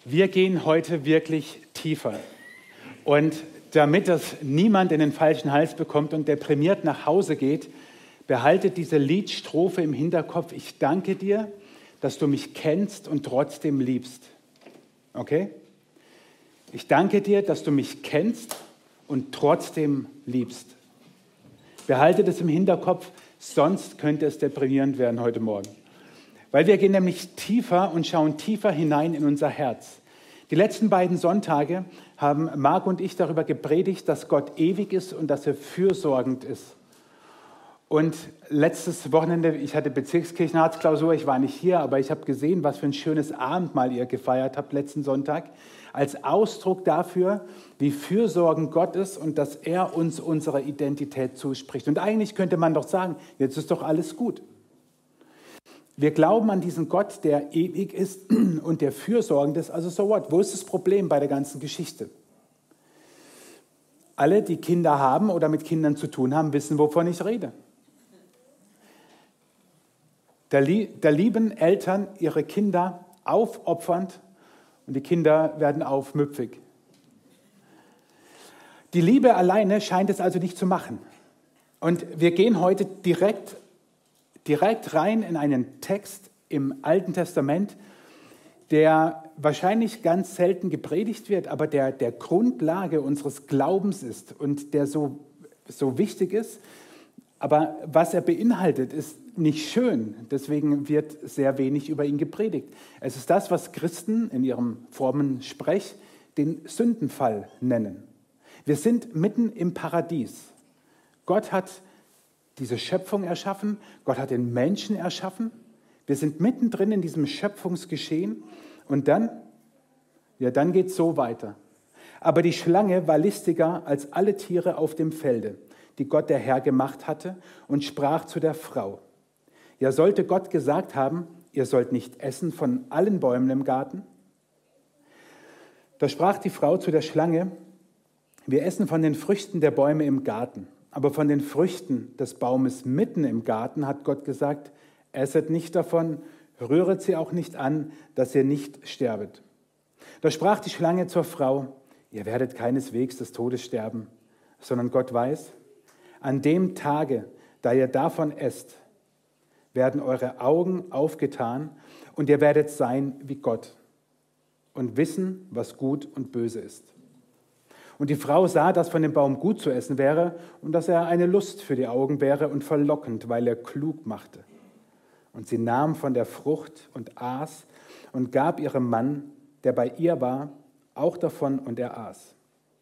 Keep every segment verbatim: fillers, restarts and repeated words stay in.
Wir gehen heute wirklich tiefer. Und damit das niemand in den falschen Hals bekommt und deprimiert nach Hause geht, behaltet diese Liedstrophe im Hinterkopf. Ich danke dir, dass du mich kennst und trotzdem liebst. Okay? Ich danke dir, dass du mich kennst und trotzdem liebst. Behaltet es im Hinterkopf, sonst könnte es deprimierend werden heute Morgen. Weil wir gehen nämlich tiefer und schauen tiefer hinein in unser Herz. Die letzten beiden Sonntage haben Marc und ich darüber gepredigt, dass Gott ewig ist und dass er fürsorgend ist. Und letztes Wochenende, ich hatte Bezirkskirchenratsklausur, ich war nicht hier, aber ich habe gesehen, was für ein schönes Abendmahl ihr gefeiert habt letzten Sonntag, als Ausdruck dafür, wie fürsorgend Gott ist und dass er uns unsere Identität zuspricht. Und eigentlich könnte man doch sagen, jetzt ist doch alles gut. Wir glauben an diesen Gott, der ewig ist und der fürsorgend ist. Also so what? Wo ist das Problem bei der ganzen Geschichte? Alle, die Kinder haben oder mit Kindern zu tun haben, wissen, wovon ich rede. Da, lie- da lieben Eltern ihre Kinder aufopfernd und die Kinder werden aufmüpfig. Die Liebe alleine scheint es also nicht zu machen. Und wir gehen heute direkt direkt rein in einen Text im Alten Testament, der wahrscheinlich ganz selten gepredigt wird, aber der der Grundlage unseres Glaubens ist und der so, so wichtig ist. Aber was er beinhaltet, ist nicht schön. Deswegen wird sehr wenig über ihn gepredigt. Es ist das, was Christen in ihrem frommen Sprech den Sündenfall nennen. Wir sind mitten im Paradies. Gott hat diese Schöpfung erschaffen. Gott hat den Menschen erschaffen. Wir sind mittendrin in diesem Schöpfungsgeschehen. Und dann, ja, dann geht es so weiter. Aber die Schlange war listiger als alle Tiere auf dem Felde, die Gott der Herr gemacht hatte, und sprach zu der Frau: Ja, sollte Gott gesagt haben, ihr sollt nicht essen von allen Bäumen im Garten? Da sprach die Frau zu der Schlange: Wir essen von den Früchten der Bäume im Garten. Aber von den Früchten des Baumes mitten im Garten hat Gott gesagt: Esset nicht davon, rühret sie auch nicht an, dass ihr nicht sterbet. Da sprach die Schlange zur Frau: Ihr werdet keineswegs des Todes sterben, sondern Gott weiß, an dem Tage, da ihr davon esst, werden eure Augen aufgetan und ihr werdet sein wie Gott und wissen, was gut und böse ist. Und die Frau sah, dass von dem Baum gut zu essen wäre und dass er eine Lust für die Augen wäre und verlockend, weil er klug machte. Und sie nahm von der Frucht und aß und gab ihrem Mann, der bei ihr war, auch davon, und er aß.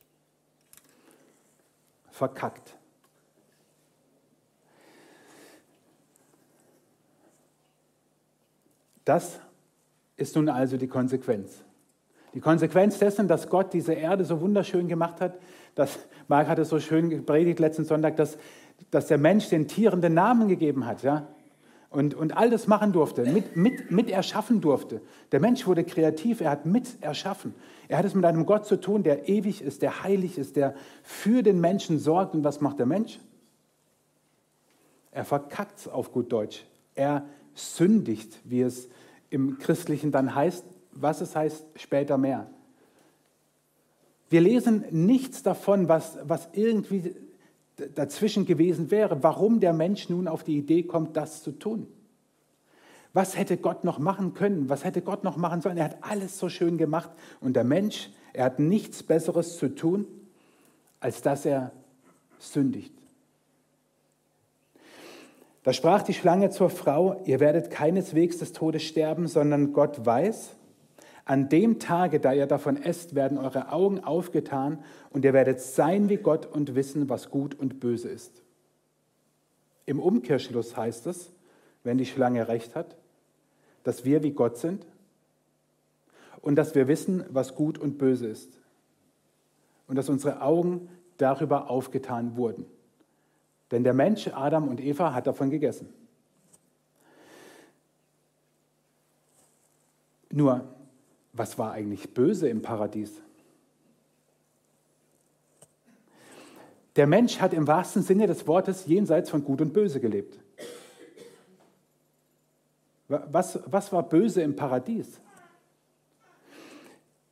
Verkackt. Das ist nun also die Konsequenz. Die Konsequenz dessen, dass Gott diese Erde so wunderschön gemacht hat, dass, Marc hat es so schön gepredigt letzten Sonntag, dass, dass der Mensch den Tieren den Namen gegeben hat, ja? und, und all das machen durfte, mit, mit, mit erschaffen durfte. Der Mensch wurde kreativ, er hat mit erschaffen. Er hat es mit einem Gott zu tun, der ewig ist, der heilig ist, der für den Menschen sorgt. Und was macht der Mensch? Er verkackt es auf gut Deutsch. Er sündigt, wie es im Christlichen dann heißt, was es heißt, später mehr. Wir lesen nichts davon, was, was irgendwie dazwischen gewesen wäre, warum der Mensch nun auf die Idee kommt, das zu tun. Was hätte Gott noch machen können? Was hätte Gott noch machen sollen? Er hat alles so schön gemacht. Und der Mensch, er hat nichts Besseres zu tun, als dass er sündigt. Da sprach die Schlange zur Frau: Ihr werdet keineswegs des Todes sterben, sondern Gott weiß, an dem Tage, da ihr davon esst, werden eure Augen aufgetan und ihr werdet sein wie Gott und wissen, was gut und böse ist. Im Umkehrschluss heißt es, wenn die Schlange recht hat, dass wir wie Gott sind und dass wir wissen, was gut und böse ist. Und dass unsere Augen darüber aufgetan wurden. Denn der Mensch, Adam und Eva, hat davon gegessen. Nur, was war eigentlich böse im Paradies? Der Mensch hat im wahrsten Sinne des Wortes jenseits von Gut und Böse gelebt. Was, was war böse im Paradies?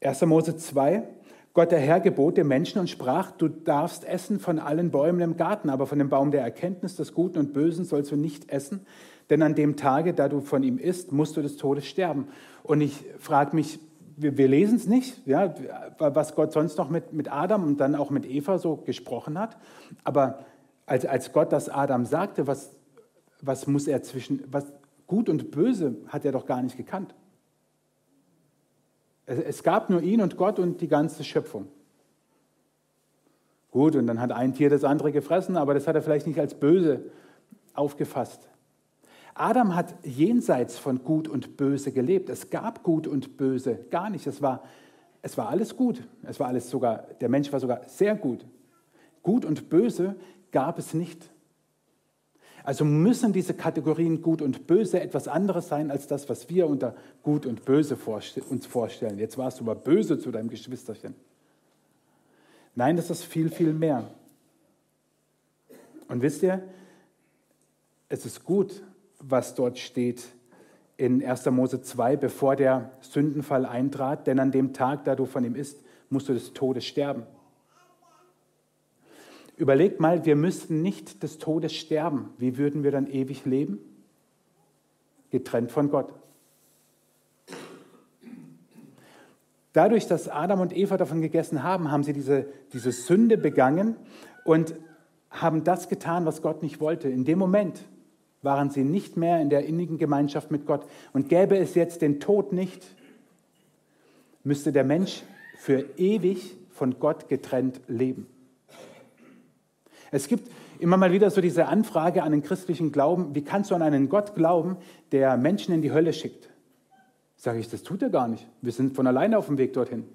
erster Mose zwei, Gott der Herr gebot dem Menschen und sprach, du darfst essen von allen Bäumen im Garten, aber von dem Baum der Erkenntnis des Guten und Bösen sollst du nicht essen, denn an dem Tage, da du von ihm isst, musst du des Todes sterben. Und ich frage mich, wir, wir lesen es nicht, ja, was Gott sonst noch mit, mit Adam und dann auch mit Eva so gesprochen hat, aber als, als Gott das Adam sagte, was, was muss er zwischen, was Gut und Böse hat er doch gar nicht gekannt. Es gab nur ihn und Gott und die ganze Schöpfung. Gut, und dann hat ein Tier das andere gefressen, aber das hat er vielleicht nicht als böse aufgefasst. Adam hat jenseits von Gut und Böse gelebt. Es gab Gut und Böse gar nicht. Es war, es war alles gut. Es war alles sogar, der Mensch war sogar sehr gut. Gut und Böse gab es nicht. Also müssen diese Kategorien Gut und Böse etwas anderes sein, als das, was wir unter Gut und Böse uns vorstellen. Jetzt warst du aber böse zu deinem Geschwisterchen. Nein, das ist viel, viel mehr. Und wisst ihr, es ist gut, was dort steht in erster Mose zwei, bevor der Sündenfall eintrat, denn an dem Tag, da du von ihm isst, musst du des Todes sterben. Überlegt mal, wir müssten nicht des Todes sterben. Wie würden wir dann ewig leben? Getrennt von Gott. Dadurch, dass Adam und Eva davon gegessen haben, haben sie diese, diese Sünde begangen und haben das getan, was Gott nicht wollte. In dem Moment waren sie nicht mehr in der innigen Gemeinschaft mit Gott. Und gäbe es jetzt den Tod nicht, müsste der Mensch für ewig von Gott getrennt leben. Es gibt immer mal wieder so diese Anfrage an den christlichen Glauben, wie kannst du an einen Gott glauben, der Menschen in die Hölle schickt? Sage ich, das tut er gar nicht. Wir sind von alleine auf dem Weg dorthin.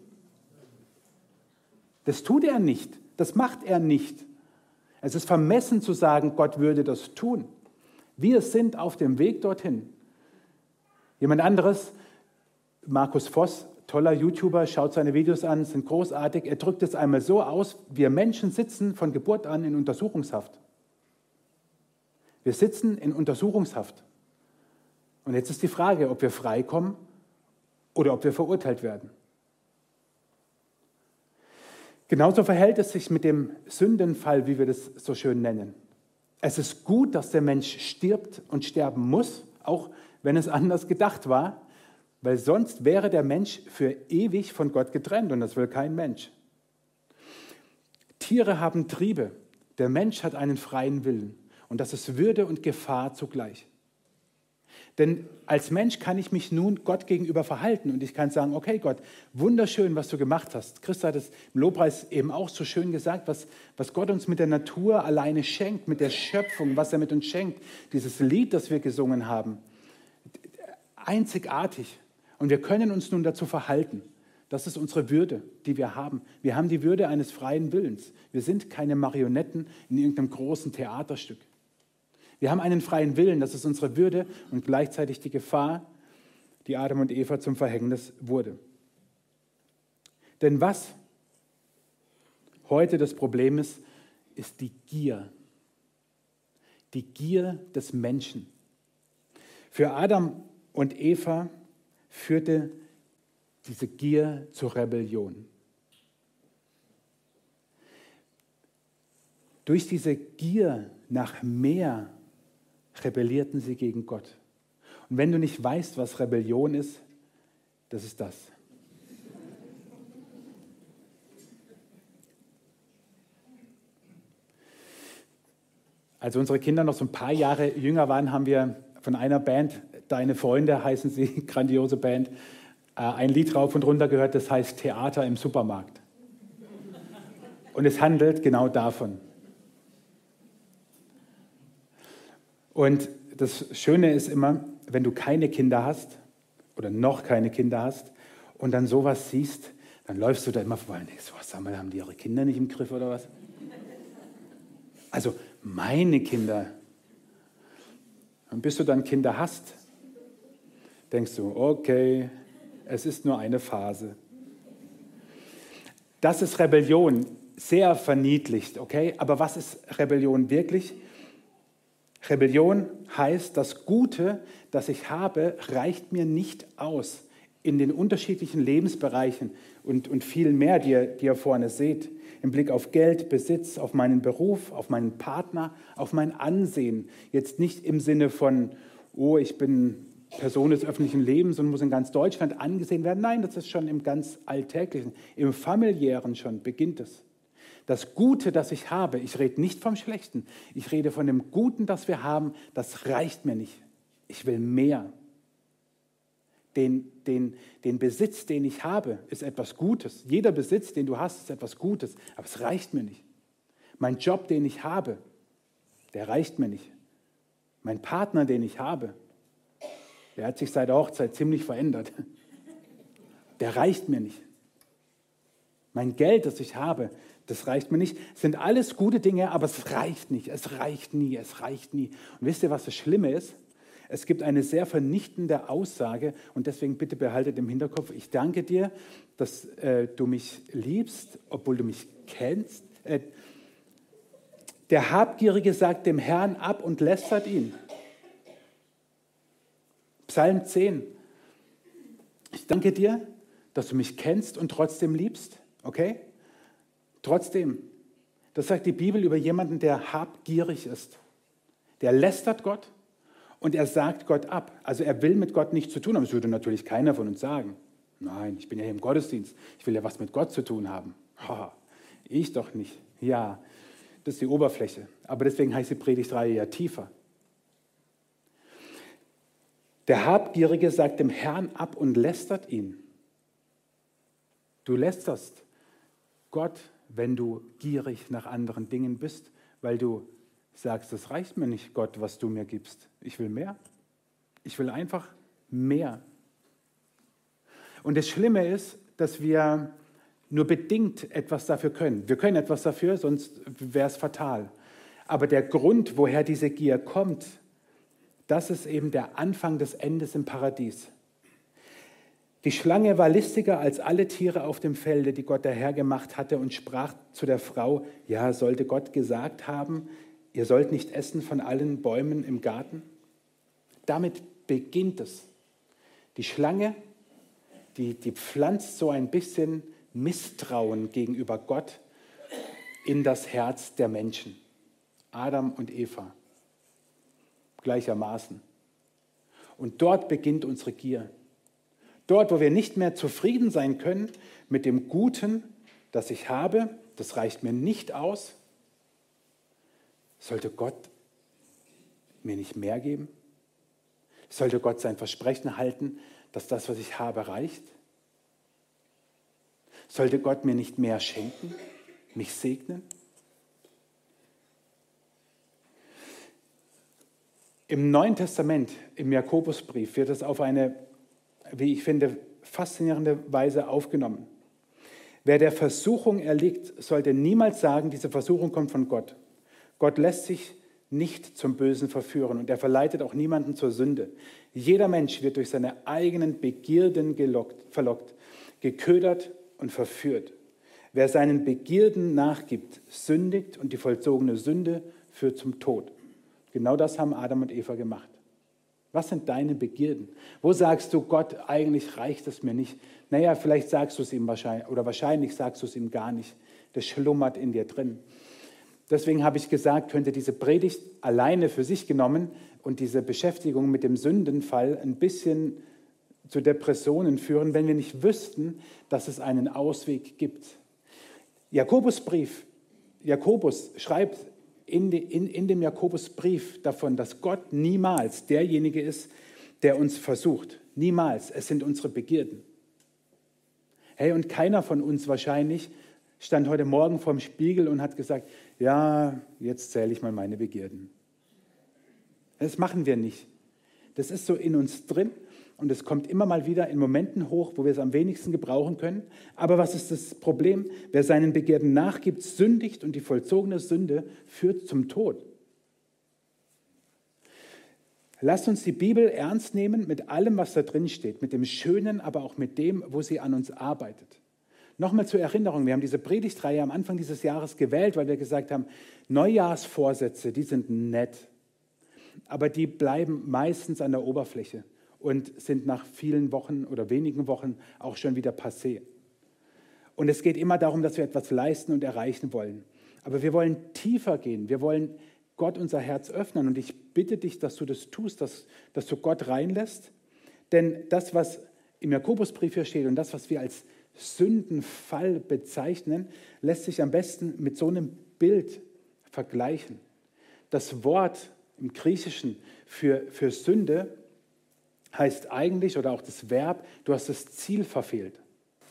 Das tut er nicht. Das macht er nicht. Es ist vermessen zu sagen, Gott würde das tun. Wir sind auf dem Weg dorthin. Jemand anderes, Markus Voss, toller YouTuber, schaut seine Videos an, sind großartig. Er drückt es einmal so aus, wir Menschen sitzen von Geburt an in Untersuchungshaft. Wir sitzen in Untersuchungshaft. Und jetzt ist die Frage, ob wir freikommen oder ob wir verurteilt werden. Genauso verhält es sich mit dem Sündenfall, wie wir das so schön nennen. Es ist gut, dass der Mensch stirbt und sterben muss, auch wenn es anders gedacht war, weil sonst wäre der Mensch für ewig von Gott getrennt und das will kein Mensch. Tiere haben Triebe, der Mensch hat einen freien Willen und das ist Würde und Gefahr zugleich. Denn als Mensch kann ich mich nun Gott gegenüber verhalten und ich kann sagen, okay Gott, wunderschön, was du gemacht hast. Christa hat es im Lobpreis eben auch so schön gesagt, was, was Gott uns mit der Natur alleine schenkt, mit der Schöpfung, was er mit uns schenkt. Dieses Lied, das wir gesungen haben, einzigartig. Und wir können uns nun dazu verhalten. Das ist unsere Würde, die wir haben. Wir haben die Würde eines freien Willens. Wir sind keine Marionetten in irgendeinem großen Theaterstück. Wir haben einen freien Willen, das ist unsere Würde und gleichzeitig die Gefahr, die Adam und Eva zum Verhängnis wurde. Denn was heute das Problem ist, ist die Gier. Die Gier des Menschen. Für Adam und Eva führte diese Gier zur Rebellion. Durch diese Gier nach mehr rebellierten sie gegen Gott. Und wenn du nicht weißt, was Rebellion ist, das ist das. Als unsere Kinder noch so ein paar Jahre jünger waren, haben wir von einer Band, Deine Freunde heißen sie, grandiose Band, ein Lied rauf und runter gehört, das heißt Theater im Supermarkt. Und es handelt genau davon. Und das Schöne ist immer, wenn du keine Kinder hast oder noch keine Kinder hast und dann sowas siehst, dann läufst du da immer vorbei und denkst, was, sag mal, haben die ihre Kinder nicht im Griff oder was? Also meine Kinder. Und bis du dann Kinder hast, denkst du, okay, es ist nur eine Phase. Das ist Rebellion, sehr verniedlicht, okay? Aber was ist Rebellion wirklich? Rebellion heißt, das Gute, das ich habe, reicht mir nicht aus in den unterschiedlichen Lebensbereichen und, und viel mehr, die ihr, die ihr vorne seht, im Blick auf Geld, Besitz, auf meinen Beruf, auf meinen Partner, auf mein Ansehen. Jetzt nicht im Sinne von, oh, ich bin Person des öffentlichen Lebens und muss in ganz Deutschland angesehen werden. Nein, das ist schon im ganz Alltäglichen, im Familiären schon beginnt es. Das Gute, das ich habe, ich rede nicht vom Schlechten, ich rede von dem Guten, das wir haben, das reicht mir nicht. Ich will mehr. Den, den, den Besitz, den ich habe, ist etwas Gutes. Jeder Besitz, den du hast, ist etwas Gutes, aber es reicht mir nicht. Mein Job, den ich habe, der reicht mir nicht. Mein Partner, den ich habe, der hat sich seit der Hochzeit ziemlich verändert. Der reicht mir nicht. Mein Geld, das ich habe, das reicht mir nicht. Es sind alles gute Dinge, aber es reicht nicht. Es reicht nie, es reicht nie. Und wisst ihr, was das Schlimme ist? Es gibt eine sehr vernichtende Aussage und deswegen bitte behaltet im Hinterkopf, ich danke dir, dass äh, du mich liebst, obwohl du mich kennst. Äh, der Habgierige sagt dem Herrn ab und lästert ihn. Psalm zehn. Ich danke dir, dass du mich kennst und trotzdem liebst. Okay? Trotzdem. Das sagt die Bibel über jemanden, der habgierig ist. Der lästert Gott und er sagt Gott ab. Also er will mit Gott nichts zu tun haben. Das würde natürlich keiner von uns sagen. Nein, ich bin ja hier im Gottesdienst. Ich will ja was mit Gott zu tun haben. Ha, ich doch nicht. Ja, das ist die Oberfläche. Aber deswegen heißt die Predigtreihe ja tiefer. Der Habgierige sagt dem Herrn ab und lästert ihn. Du lästerst Gott, wenn du gierig nach anderen Dingen bist, weil du sagst, das reicht mir nicht, Gott, was du mir gibst. Ich will mehr. Ich will einfach mehr. Und das Schlimme ist, dass wir nur bedingt etwas dafür können. Wir können etwas dafür, sonst wäre es fatal. Aber der Grund, woher diese Gier kommt, das ist eben der Anfang des Endes im Paradies. Die Schlange war listiger als alle Tiere auf dem Felde, die Gott der Herr gemacht hatte, und sprach zu der Frau, ja, sollte Gott gesagt haben, ihr sollt nicht essen von allen Bäumen im Garten? Damit beginnt es. Die Schlange, die, die pflanzt so ein bisschen Misstrauen gegenüber Gott in das Herz der Menschen. Adam und Eva. Gleichermaßen. Und dort beginnt unsere Gier. Dort, wo wir nicht mehr zufrieden sein können mit dem Guten, das ich habe, das reicht mir nicht aus. Sollte Gott mir nicht mehr geben? Sollte Gott sein Versprechen halten, dass das, was ich habe, reicht? Sollte Gott mir nicht mehr schenken, mich segnen? Im Neuen Testament, im Jakobusbrief, wird es auf eine, wie ich finde, faszinierende Weise aufgenommen. Wer der Versuchung erliegt, sollte niemals sagen, diese Versuchung kommt von Gott. Gott lässt sich nicht zum Bösen verführen und er verleitet auch niemanden zur Sünde. Jeder Mensch wird durch seine eigenen Begierden gelockt, verlockt, geködert und verführt. Wer seinen Begierden nachgibt, sündigt und die vollzogene Sünde führt zum Tod. Genau das haben Adam und Eva gemacht. Was sind deine Begierden? Wo sagst du, Gott, eigentlich reicht es mir nicht? Naja, vielleicht sagst du es ihm wahrscheinlich, oder wahrscheinlich sagst du es ihm gar nicht. Das schlummert in dir drin. Deswegen habe ich gesagt, könnte diese Predigt alleine für sich genommen und diese Beschäftigung mit dem Sündenfall ein bisschen zu Depressionen führen, wenn wir nicht wüssten, dass es einen Ausweg gibt. Jakobusbrief, Jakobus schreibt in, de, in, in dem Jakobusbrief davon, dass Gott niemals derjenige ist, der uns versucht. Niemals. Es sind unsere Begierden. Hey, und keiner von uns wahrscheinlich stand heute Morgen vorm Spiegel und hat gesagt, ja, jetzt zähle ich mal meine Begierden. Das machen wir nicht. Das ist so in uns drin und es kommt immer mal wieder in Momenten hoch, wo wir es am wenigsten gebrauchen können. Aber was ist das Problem? Wer seinen Begierden nachgibt, sündigt und die vollzogene Sünde führt zum Tod. Lasst uns die Bibel ernst nehmen mit allem, was da drin steht, mit dem Schönen, aber auch mit dem, wo sie an uns arbeitet. Nochmal zur Erinnerung, wir haben diese Predigtreihe am Anfang dieses Jahres gewählt, weil wir gesagt haben, Neujahrsvorsätze, die sind nett, aber die bleiben meistens an der Oberfläche. und sind nach vielen Wochen oder wenigen Wochen auch schon wieder passé. Und es geht immer darum, dass wir etwas leisten und erreichen wollen. Aber wir wollen tiefer gehen. Wir wollen Gott unser Herz öffnen. Und ich bitte dich, dass du das tust, dass, dass du Gott reinlässt. Denn das, was im Jakobusbrief hier steht und das, was wir als Sündenfall bezeichnen, lässt sich am besten mit so einem Bild vergleichen. Das Wort im Griechischen für, für Sünde heißt eigentlich, oder auch das Verb, du hast das Ziel verfehlt.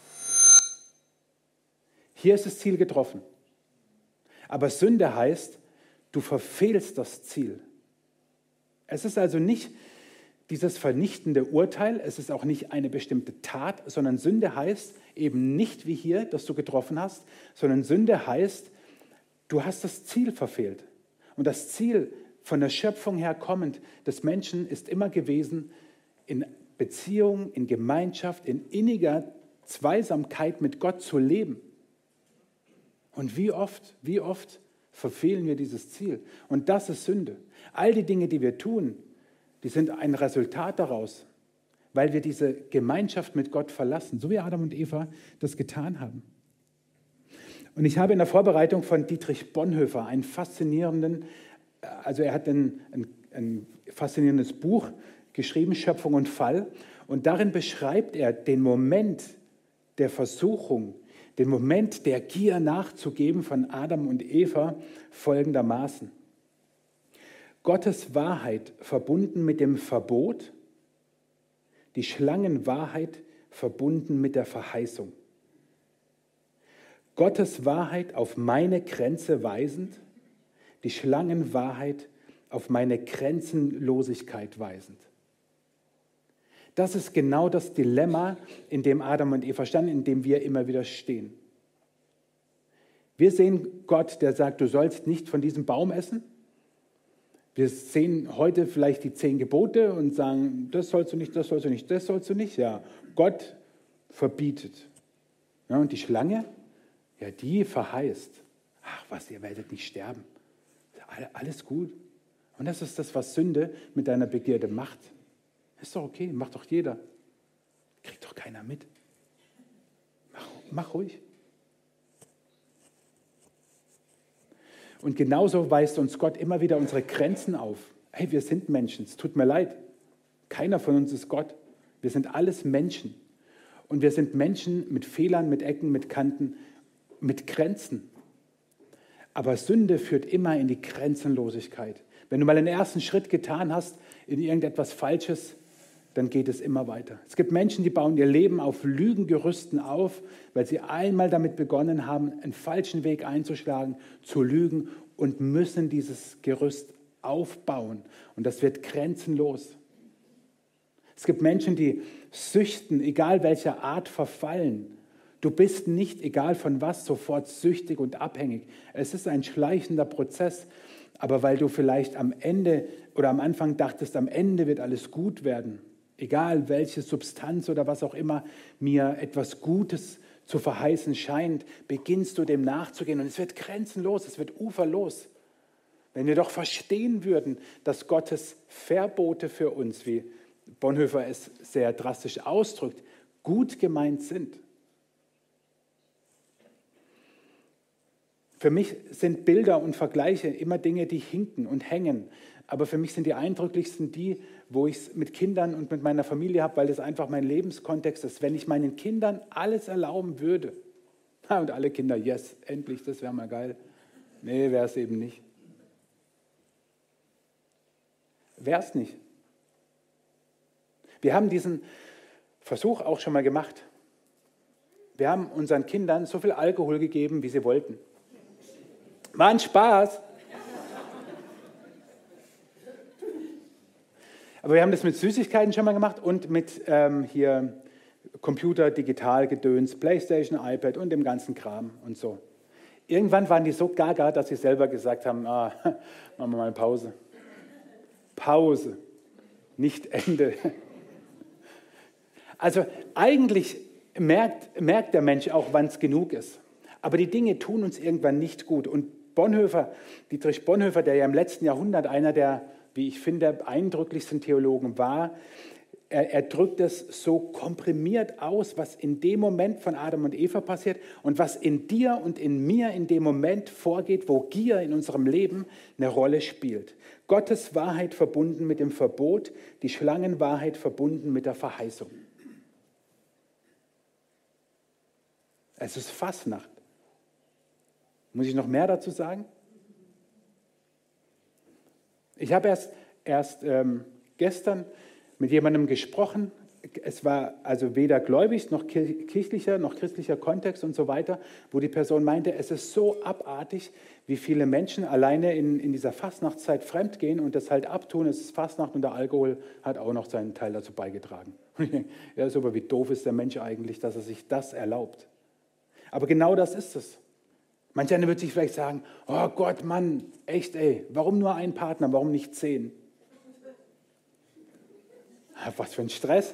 Hier ist das Ziel getroffen. Aber Sünde heißt, du verfehlst das Ziel. Es ist also nicht dieses vernichtende Urteil, es ist auch nicht eine bestimmte Tat, sondern Sünde heißt eben nicht wie hier, dass du getroffen hast, sondern Sünde heißt, du hast das Ziel verfehlt. Und das Ziel von der Schöpfung her kommend des Menschen ist immer gewesen, in Beziehung, in Gemeinschaft, in inniger Zweisamkeit mit Gott zu leben. Und wie oft, wie oft verfehlen wir dieses Ziel? Und das ist Sünde. All die Dinge, die wir tun, die sind ein Resultat daraus, weil wir diese Gemeinschaft mit Gott verlassen, so wie Adam und Eva das getan haben. Und ich habe in der Vorbereitung von Dietrich Bonhoeffer einen faszinierenden, also er hat ein, ein, ein faszinierendes Buch geschrieben, Schöpfung und Fall, und darin beschreibt er den Moment der Versuchung, den Moment der Gier nachzugeben von Adam und Eva folgendermaßen. Gottes Wahrheit verbunden mit dem Verbot, die Schlangenwahrheit verbunden mit der Verheißung. Gottes Wahrheit auf meine Grenze weisend, die Schlangenwahrheit auf meine Grenzenlosigkeit weisend. Das ist genau das Dilemma, in dem Adam und Eva standen, in dem wir immer wieder stehen. Wir sehen Gott, der sagt, du sollst nicht von diesem Baum essen. Wir sehen heute vielleicht die zehn Gebote und sagen, das sollst du nicht, das sollst du nicht, das sollst du nicht. Ja, Gott verbietet. Ja, und die Schlange, ja, die verheißt. Ach was, ihr werdet nicht sterben. Alles gut. Und das ist das, was Sünde mit deiner Begierde macht. Ist doch okay, macht doch jeder. Kriegt doch keiner mit. Mach, mach ruhig. Und genauso weist uns Gott immer wieder unsere Grenzen auf. Hey, wir sind Menschen, es tut mir leid. Keiner von uns ist Gott. Wir sind alles Menschen. Und wir sind Menschen mit Fehlern, mit Ecken, mit Kanten, mit Grenzen. Aber Sünde führt immer in die Grenzenlosigkeit. Wenn du mal den ersten Schritt getan hast in irgendetwas Falsches, dann geht es immer weiter. Es gibt Menschen, die bauen ihr Leben auf Lügengerüsten auf, weil sie einmal damit begonnen haben, einen falschen Weg einzuschlagen, zu lügen und müssen dieses Gerüst aufbauen. Und das wird grenzenlos. Es gibt Menschen, die süchten, egal welcher Art verfallen. Du bist nicht, egal von was, sofort süchtig und abhängig. Es ist ein schleichender Prozess. Aber weil du vielleicht am Ende oder am Anfang dachtest, am Ende wird alles gut werden, egal welche Substanz oder was auch immer mir etwas Gutes zu verheißen scheint, beginnst du dem nachzugehen und es wird grenzenlos, es wird uferlos. Wenn wir doch verstehen würden, dass Gottes Verbote für uns, wie Bonhoeffer es sehr drastisch ausdrückt, gut gemeint sind. Für mich sind Bilder und Vergleiche immer Dinge, die hinken und hängen. Aber für mich sind die eindrücklichsten die, wo ich es mit Kindern und mit meiner Familie habe, weil das einfach mein Lebenskontext ist. Wenn ich meinen Kindern alles erlauben würde, und alle Kinder, yes, endlich, das wäre mal geil. Nee, wäre es eben nicht. Wäre es nicht. Wir haben diesen Versuch auch schon mal gemacht. Wir haben unseren Kindern so viel Alkohol gegeben, wie sie wollten. War ein Spaß. Aber wir haben das mit Süßigkeiten schon mal gemacht und mit ähm, hier Computer, Digital, Gedöns, Playstation, iPad und dem ganzen Kram und so. Irgendwann waren die so gaga, dass sie selber gesagt haben, ah, machen wir mal eine Pause. Pause, nicht Ende. Also eigentlich merkt, merkt der Mensch auch, wann es genug ist. Aber die Dinge tun uns irgendwann nicht gut. Und Bonhoeffer, Dietrich Bonhoeffer, der ja im letzten Jahrhundert einer der, wie ich finde, beeindrucklichsten Theologen war, er, er drückt es so komprimiert aus, was in dem Moment von Adam und Eva passiert und was in dir und in mir in dem Moment vorgeht, wo Gier in unserem Leben eine Rolle spielt. Gottes Wahrheit verbunden mit dem Verbot, die Schlangenwahrheit verbunden mit der Verheißung. Es ist Fastnacht. Muss ich noch mehr dazu sagen? Ich habe erst, erst ähm, gestern mit jemandem gesprochen. Es war also weder gläubig noch kirchlicher noch christlicher Kontext und so weiter, wo die Person meinte, es ist so abartig, wie viele Menschen alleine in, in dieser Fastnachtszeit fremdgehen und das halt abtun. Es ist Fastnacht und der Alkohol hat auch noch seinen Teil dazu beigetragen. Ja, ist aber wie doof ist der Mensch eigentlich, dass er sich das erlaubt. Aber genau das ist es. Manch einer wird sich vielleicht sagen, oh Gott, Mann, echt ey, warum nur ein Partner, warum nicht zehn? Was für ein Stress.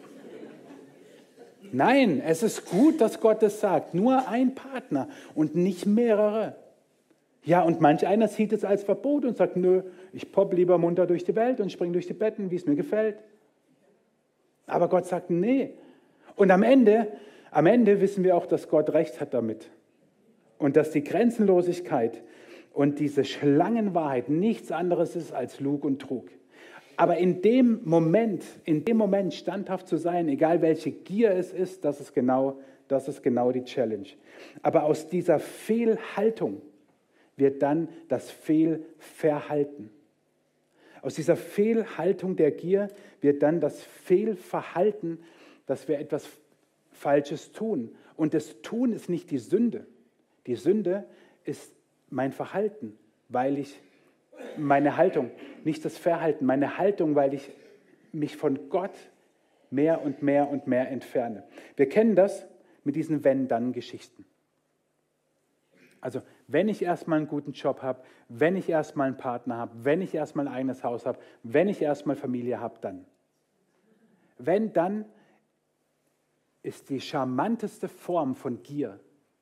Nein, es ist gut, dass Gott es sagt. Nur ein Partner und nicht mehrere. Ja, und manch einer sieht es als Verbot und sagt, nö, ich popp lieber munter durch die Welt und spring durch die Betten, wie es mir gefällt. Aber Gott sagt, nee. Und am Ende, am Ende wissen wir auch, dass Gott recht hat damit. Und dass die Grenzenlosigkeit und diese Schlangenwahrheit nichts anderes ist als Lug und Trug. Aber in dem Moment, in dem Moment standhaft zu sein, egal welche Gier es ist, das ist genau, das ist genau die Challenge. Aber aus dieser Fehlhaltung wird dann das Fehlverhalten. Aus dieser Fehlhaltung der Gier wird dann das Fehlverhalten, dass wir etwas Falsches tun. Und das Tun ist nicht die Sünde. Die Sünde ist mein Verhalten, weil ich meine Haltung, nicht das Verhalten, meine Haltung, weil ich mich von Gott mehr und mehr und mehr entferne. Wir kennen das mit diesen Wenn-Dann-Geschichten. Also wenn ich erstmal einen guten Job habe, wenn ich erstmal einen Partner habe, wenn ich erstmal ein eigenes Haus habe, wenn ich erstmal Familie habe, dann. Wenn, dann ist die charmanteste Form von Gier.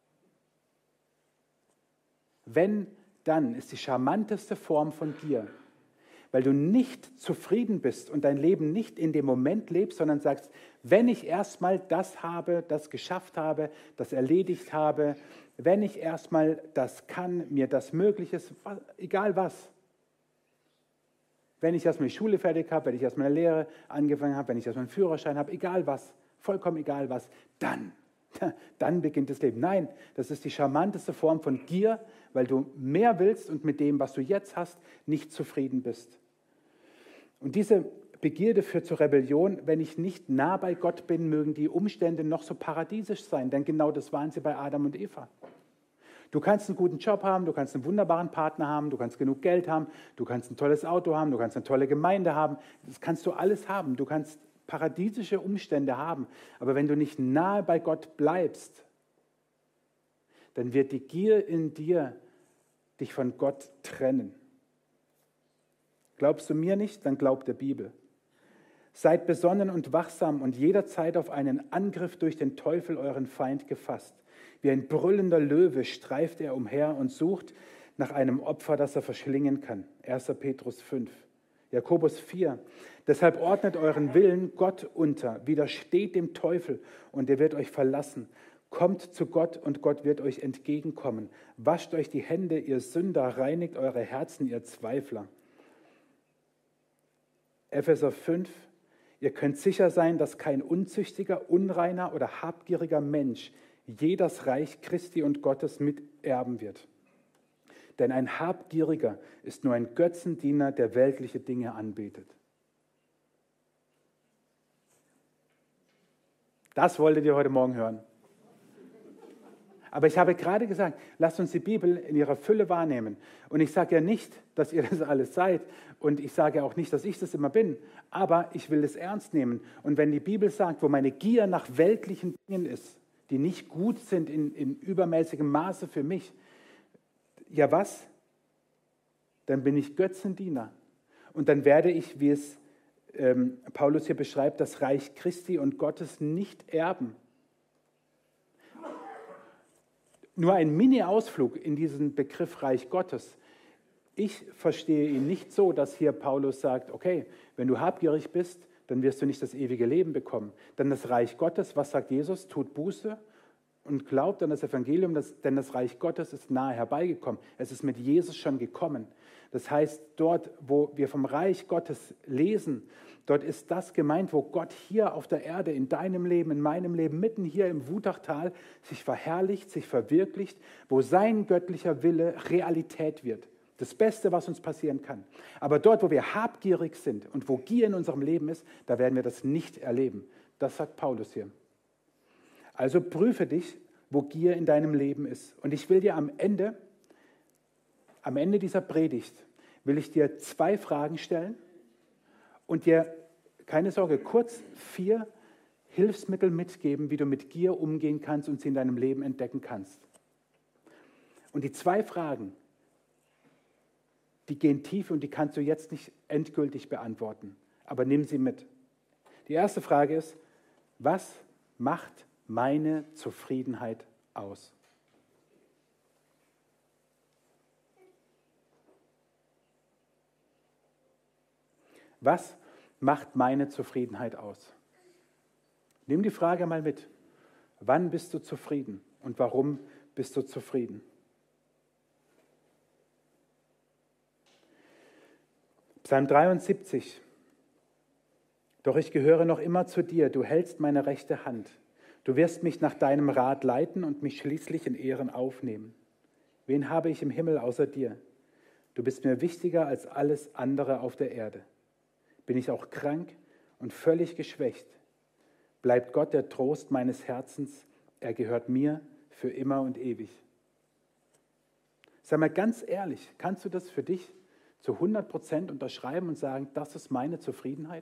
Wenn, dann ist die charmanteste Form von Gier, weil du nicht zufrieden bist und dein Leben nicht in dem Moment lebst, sondern sagst, wenn ich erstmal das habe, das geschafft habe, das erledigt habe, wenn ich erstmal das kann, mir das möglich ist, egal was. Wenn ich erstmal die Schule fertig habe, wenn ich erstmal eine Lehre angefangen habe, wenn ich erstmal einen Führerschein habe, egal was, vollkommen egal was, dann. Dann beginnt das Leben. Nein, das ist die charmanteste Form von Gier, weil du mehr willst und mit dem, was du jetzt hast, nicht zufrieden bist. Und diese Begierde führt zur Rebellion. Wenn ich nicht nah bei Gott bin, mögen die Umstände noch so paradiesisch sein, denn genau das waren sie bei Adam und Eva. Du kannst einen guten Job haben, du kannst einen wunderbaren Partner haben, du kannst genug Geld haben, du kannst ein tolles Auto haben, du kannst eine tolle Gemeinde haben. Das kannst du alles haben. Du kannst paradiesische Umstände haben. Aber wenn du nicht nahe bei Gott bleibst, dann wird die Gier in dir dich von Gott trennen. Glaubst du mir nicht, dann glaub der Bibel. Seid besonnen und wachsam und jederzeit auf einen Angriff durch den Teufel, euren Feind, gefasst. Wie ein brüllender Löwe streift er umher und sucht nach einem Opfer, das er verschlingen kann. erster Petrus fünf. Jakobus vier. Deshalb ordnet euren Willen Gott unter, widersteht dem Teufel und er wird euch verlassen. Kommt zu Gott und Gott wird euch entgegenkommen. Wascht euch die Hände, ihr Sünder, reinigt eure Herzen, ihr Zweifler. Epheser fünf. Ihr könnt sicher sein, dass kein unzüchtiger, unreiner oder habgieriger Mensch je das Reich Christi und Gottes miterben wird. Denn ein Habgieriger ist nur ein Götzendiener, der weltliche Dinge anbetet. Das wolltet ihr heute Morgen hören. Aber ich habe gerade gesagt, lasst uns die Bibel in ihrer Fülle wahrnehmen. Und ich sage ja nicht, dass ihr das alles seid. Und ich sage auch nicht, dass ich das immer bin. Aber ich will es ernst nehmen. Und wenn die Bibel sagt, wo meine Gier nach weltlichen Dingen ist, die nicht gut sind in, in übermäßigem Maße für mich, ja was? Dann bin ich Götzendiener. Und dann werde ich, wie es ähm, Paulus hier beschreibt, das Reich Christi und Gottes nicht erben. Nur ein Mini-Ausflug in diesen Begriff Reich Gottes. Ich verstehe ihn nicht so, dass hier Paulus sagt, okay, wenn du habgierig bist, dann wirst du nicht das ewige Leben bekommen. Dann das Reich Gottes, was sagt Jesus? Tut Buße und glaubt an das Evangelium, dass, denn das Reich Gottes ist nahe herbeigekommen. Es ist mit Jesus schon gekommen. Das heißt, dort, wo wir vom Reich Gottes lesen, dort ist das gemeint, wo Gott hier auf der Erde, in deinem Leben, in meinem Leben, mitten hier im Wutachtal sich verherrlicht, sich verwirklicht, wo sein göttlicher Wille Realität wird. Das Beste, was uns passieren kann. Aber dort, wo wir habgierig sind und wo Gier in unserem Leben ist, da werden wir das nicht erleben. Das sagt Paulus hier. Also prüfe dich, wo Gier in deinem Leben ist. Und ich will dir am Ende, am Ende dieser Predigt, will ich dir zwei Fragen stellen und dir, keine Sorge, kurz vier Hilfsmittel mitgeben, wie du mit Gier umgehen kannst und sie in deinem Leben entdecken kannst. Und die zwei Fragen, die gehen tief und die kannst du jetzt nicht endgültig beantworten. Aber nimm sie mit. Die erste Frage ist, was macht meine Zufriedenheit aus? Was macht meine Zufriedenheit aus? Nimm die Frage mal mit. Wann bist du zufrieden und warum bist du zufrieden? Psalm dreiundsiebzig. Doch ich gehöre noch immer zu dir, du hältst meine rechte Hand. Du wirst mich nach deinem Rat leiten und mich schließlich in Ehren aufnehmen. Wen habe ich im Himmel außer dir? Du bist mir wichtiger als alles andere auf der Erde. Bin ich auch krank und völlig geschwächt, bleibt Gott der Trost meines Herzens, er gehört mir für immer und ewig. Sag mal ganz ehrlich, kannst du das für dich zu hundert Prozent unterschreiben und sagen, das ist meine Zufriedenheit?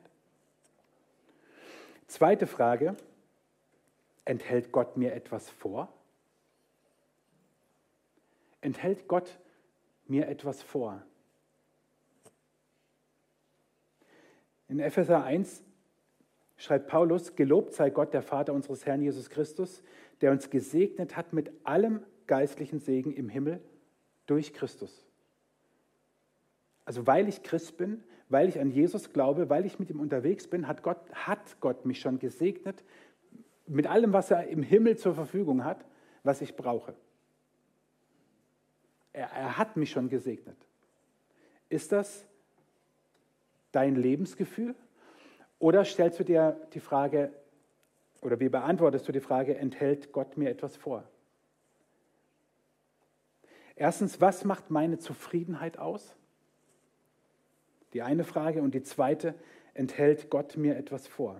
Zweite Frage, enthält Gott mir etwas vor? Enthält Gott mir etwas vor? In Epheser eins schreibt Paulus, gelobt sei Gott, der Vater unseres Herrn Jesus Christus, der uns gesegnet hat mit allem geistlichen Segen im Himmel durch Christus. Also weil ich Christ bin, weil ich an Jesus glaube, weil ich mit ihm unterwegs bin, hat Gott, hat Gott mich schon gesegnet mit allem, was er im Himmel zur Verfügung hat, was ich brauche. Er, er hat mich schon gesegnet. Ist das dein Lebensgefühl? Oder stellst du dir die Frage, oder wie beantwortest du die Frage, enthält Gott mir etwas vor? Erstens, was macht meine Zufriedenheit aus? Die eine Frage. Und die zweite, enthält Gott mir etwas vor?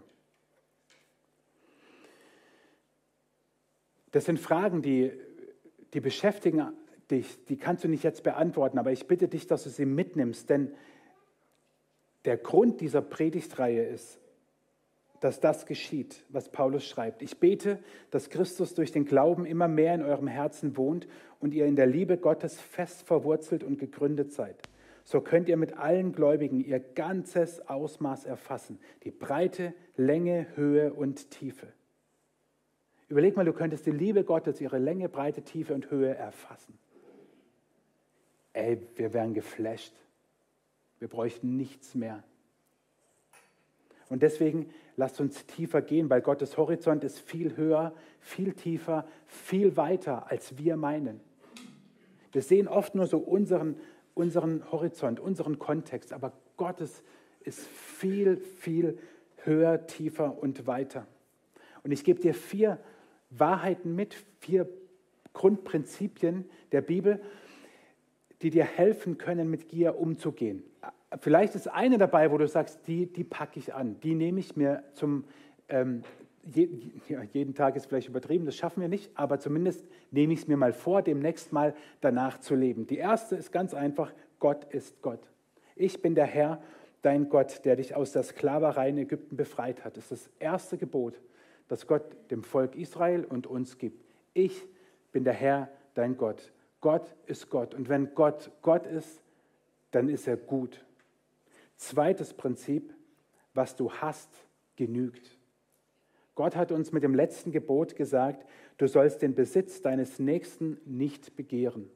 Das sind Fragen, die, die beschäftigen dich, die kannst du nicht jetzt beantworten, aber ich bitte dich, dass du sie mitnimmst, denn der Grund dieser Predigtreihe ist, dass das geschieht, was Paulus schreibt. Ich bete, dass Christus durch den Glauben immer mehr in eurem Herzen wohnt und ihr in der Liebe Gottes fest verwurzelt und gegründet seid. So könnt ihr mit allen Gläubigen ihr ganzes Ausmaß erfassen, die Breite, Länge, Höhe und Tiefe. Überleg mal, du könntest die Liebe Gottes, ihre Länge, Breite, Tiefe und Höhe erfassen. Ey, wir wären geflasht. Wir bräuchten nichts mehr. Und deswegen lasst uns tiefer gehen, weil Gottes Horizont ist viel höher, viel tiefer, viel weiter, als wir meinen. Wir sehen oft nur so unseren, unseren Horizont, unseren Kontext, aber Gottes ist viel, viel höher, tiefer und weiter. Und ich gebe dir vier Wahrheiten mit, vier Grundprinzipien der Bibel, die dir helfen können, mit Gier umzugehen. Vielleicht ist eine dabei, wo du sagst, die, die packe ich an, die nehme ich mir zum, ähm, je, ja, jeden Tag ist vielleicht übertrieben, das schaffen wir nicht, aber zumindest nehme ich es mir mal vor, demnächst mal danach zu leben. Die erste ist ganz einfach, Gott ist Gott. Ich bin der Herr, dein Gott, der dich aus der Sklaverei in Ägypten befreit hat. Das ist das erste Gebot, das Gott dem Volk Israel und uns gibt. Ich bin der Herr, dein Gott. Gott ist Gott. Und wenn Gott Gott ist, dann ist er gut. Zweites Prinzip, was du hast, genügt. Gott hat uns mit dem letzten Gebot gesagt, du sollst den Besitz deines Nächsten nicht begehren.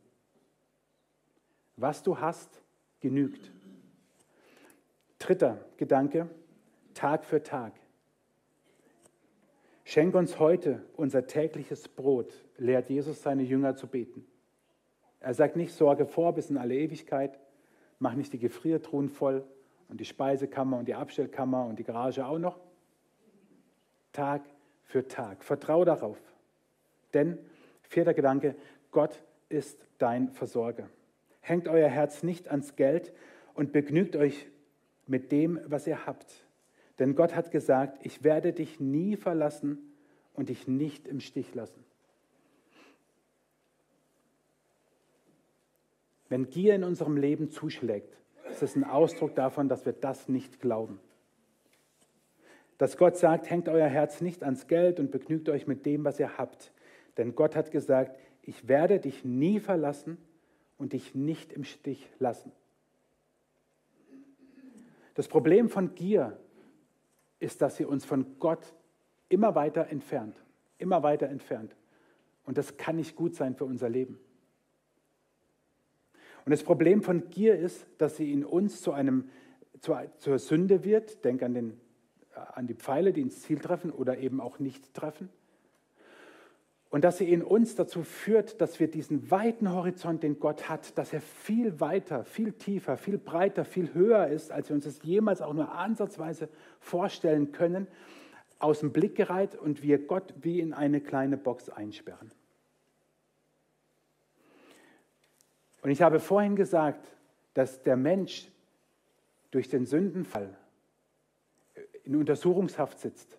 Was du hast, genügt. Dritter Gedanke, Tag für Tag. Schenk uns heute unser tägliches Brot, lehrt Jesus seine Jünger zu beten. Er sagt nicht, sorge vor bis in alle Ewigkeit, mach nicht die Gefriertruhen voll und die Speisekammer und die Abstellkammer und die Garage auch noch. Tag für Tag. Vertrau darauf. Denn, vierter Gedanke, Gott ist dein Versorger. Hängt euer Herz nicht ans Geld und begnügt euch mit dem, was ihr habt. Denn Gott hat gesagt, ich werde dich nie verlassen und dich nicht im Stich lassen. Wenn Gier in unserem Leben zuschlägt, ist es ein Ausdruck davon, dass wir das nicht glauben. Dass Gott sagt, hängt euer Herz nicht ans Geld und begnügt euch mit dem, was ihr habt. Denn Gott hat gesagt, ich werde dich nie verlassen und dich nicht im Stich lassen. Das Problem von Gier ist, dass sie uns von Gott immer weiter entfernt, immer weiter entfernt. Und das kann nicht gut sein für unser Leben. Und das Problem von Gier ist, dass sie in uns zu einem, zu, zur Sünde wird. Denk an, den, an die Pfeile, die ins Ziel treffen oder eben auch nicht treffen. Und dass sie in uns dazu führt, dass wir diesen weiten Horizont, den Gott hat, dass er viel weiter, viel tiefer, viel breiter, viel höher ist, als wir uns das jemals auch nur ansatzweise vorstellen können, aus dem Blick gerät und wir Gott wie in eine kleine Box einsperren. Und ich habe vorhin gesagt, dass der Mensch durch den Sündenfall in Untersuchungshaft sitzt.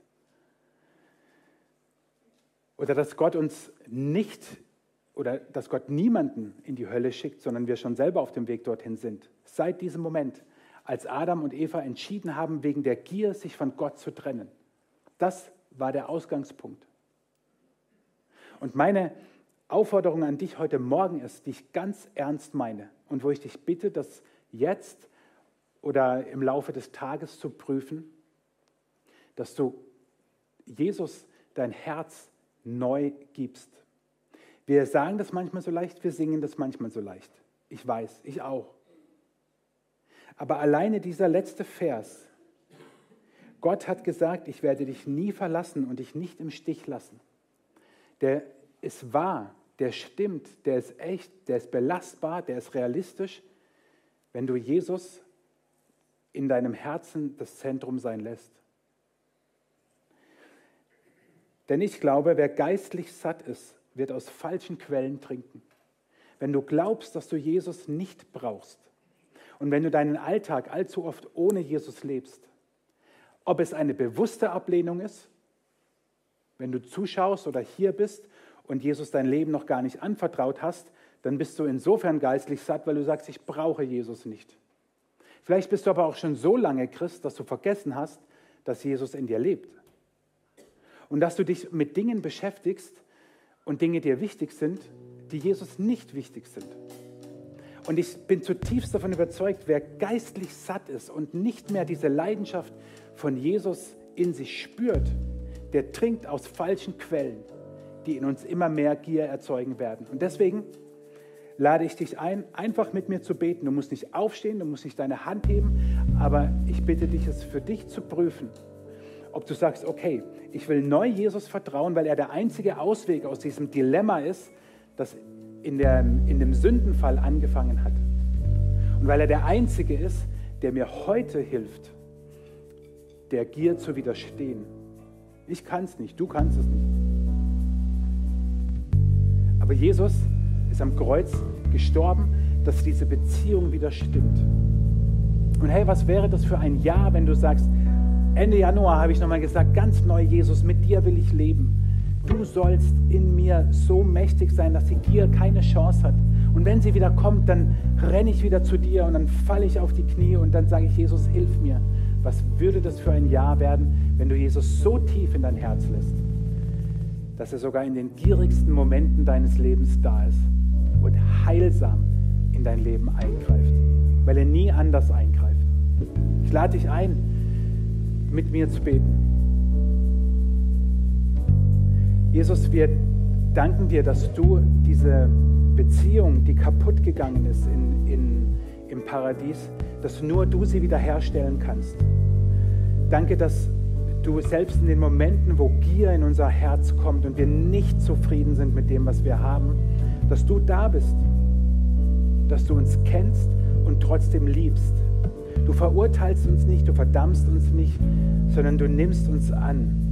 Oder dass Gott uns nicht, oder dass Gott niemanden in die Hölle schickt, sondern wir schon selber auf dem Weg dorthin sind. Seit diesem Moment, als Adam und Eva entschieden haben, wegen der Gier sich von Gott zu trennen. Das war der Ausgangspunkt. Und meine Aufforderung an dich heute Morgen ist, die ich ganz ernst meine und wo ich dich bitte, das jetzt oder im Laufe des Tages zu prüfen, dass du Jesus dein Herz neu gibst. Wir sagen das manchmal so leicht, wir singen das manchmal so leicht. Ich weiß, ich auch. Aber alleine dieser letzte Vers, Gott hat gesagt, ich werde dich nie verlassen und dich nicht im Stich lassen. Der ist wahr, der stimmt, der ist echt, der ist belastbar, der ist realistisch, wenn du Jesus in deinem Herzen das Zentrum sein lässt. Denn ich glaube, wer geistlich satt ist, wird aus falschen Quellen trinken. Wenn du glaubst, dass du Jesus nicht brauchst und wenn du deinen Alltag allzu oft ohne Jesus lebst, ob es eine bewusste Ablehnung ist, wenn du zuschaust oder hier bist und Jesus dein Leben noch gar nicht anvertraut hast, dann bist du insofern geistlich satt, weil du sagst, ich brauche Jesus nicht. Vielleicht bist du aber auch schon so lange Christ, dass du vergessen hast, dass Jesus in dir lebt. Und dass du dich mit Dingen beschäftigst und Dinge dir wichtig sind, die Jesus nicht wichtig sind. Und ich bin zutiefst davon überzeugt, wer geistlich satt ist und nicht mehr diese Leidenschaft von Jesus in sich spürt, der trinkt aus falschen Quellen, die in uns immer mehr Gier erzeugen werden. Und deswegen lade ich dich ein, einfach mit mir zu beten. Du musst nicht aufstehen, du musst nicht deine Hand heben, aber ich bitte dich, es für dich zu prüfen, ob du sagst, okay, ich will neu Jesus vertrauen, weil er der einzige Ausweg aus diesem Dilemma ist, das in, der, in dem Sündenfall angefangen hat. Und weil er der Einzige ist, der mir heute hilft, der Gier zu widerstehen. Ich kann es nicht, du kannst es nicht. Aber Jesus ist am Kreuz gestorben, dass diese Beziehung wieder stimmt. Und hey, was wäre das für ein Jahr, wenn du sagst, Ende Januar habe ich nochmal gesagt, ganz neu, Jesus, mit dir will ich leben. Du sollst in mir so mächtig sein, dass die Gier keine Chance hat. Und wenn sie wieder kommt, dann renne ich wieder zu dir und dann falle ich auf die Knie und dann sage ich, Jesus, hilf mir. Was würde das für ein Jahr werden, wenn du Jesus so tief in dein Herz lässt, dass er sogar in den gierigsten Momenten deines Lebens da ist und heilsam in dein Leben eingreift, weil er nie anders eingreift. Ich lade dich ein, mit mir zu beten. Jesus, wir danken dir, dass du diese Beziehung, die kaputt gegangen ist in, in, im Paradies, dass nur du sie wiederherstellen kannst. Danke, dass du selbst in den Momenten, wo Gier in unser Herz kommt und wir nicht zufrieden sind mit dem, was wir haben, dass du da bist, dass du uns kennst und trotzdem liebst. Du verurteilst uns nicht, du verdammst uns nicht, sondern du nimmst uns an.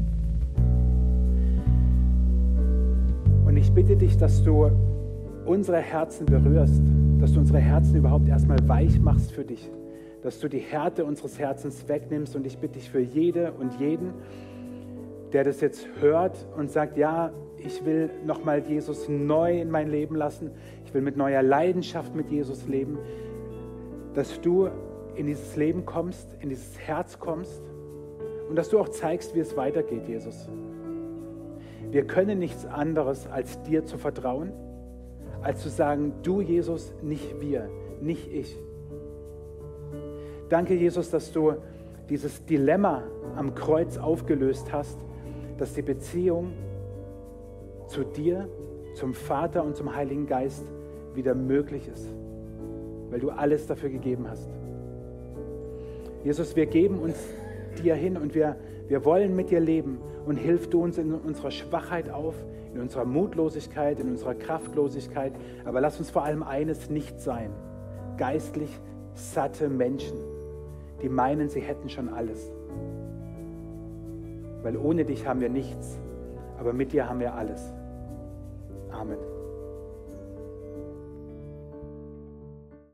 Und ich bitte dich, dass du unsere Herzen berührst, dass du unsere Herzen überhaupt erstmal weich machst für dich, dass du die Härte unseres Herzens wegnimmst. Und ich bitte dich für jede und jeden, der das jetzt hört und sagt, ja, ich will nochmal Jesus neu in mein Leben lassen, ich will mit neuer Leidenschaft mit Jesus leben, dass du in dieses Leben kommst, in dieses Herz kommst und dass du auch zeigst, wie es weitergeht, Jesus. Wir können nichts anderes, als dir zu vertrauen, als zu sagen, du Jesus, nicht wir, nicht ich. Danke, Jesus, dass du dieses Dilemma am Kreuz aufgelöst hast, dass die Beziehung zu dir, zum Vater und zum Heiligen Geist wieder möglich ist, weil du alles dafür gegeben hast. Jesus, wir geben uns dir hin und wir, wir wollen mit dir leben und hilf du uns in unserer Schwachheit auf, in unserer Mutlosigkeit, in unserer Kraftlosigkeit, aber lass uns vor allem eines nicht sein, geistlich satte Menschen, die meinen, sie hätten schon alles. Weil ohne dich haben wir nichts, aber mit dir haben wir alles. Amen.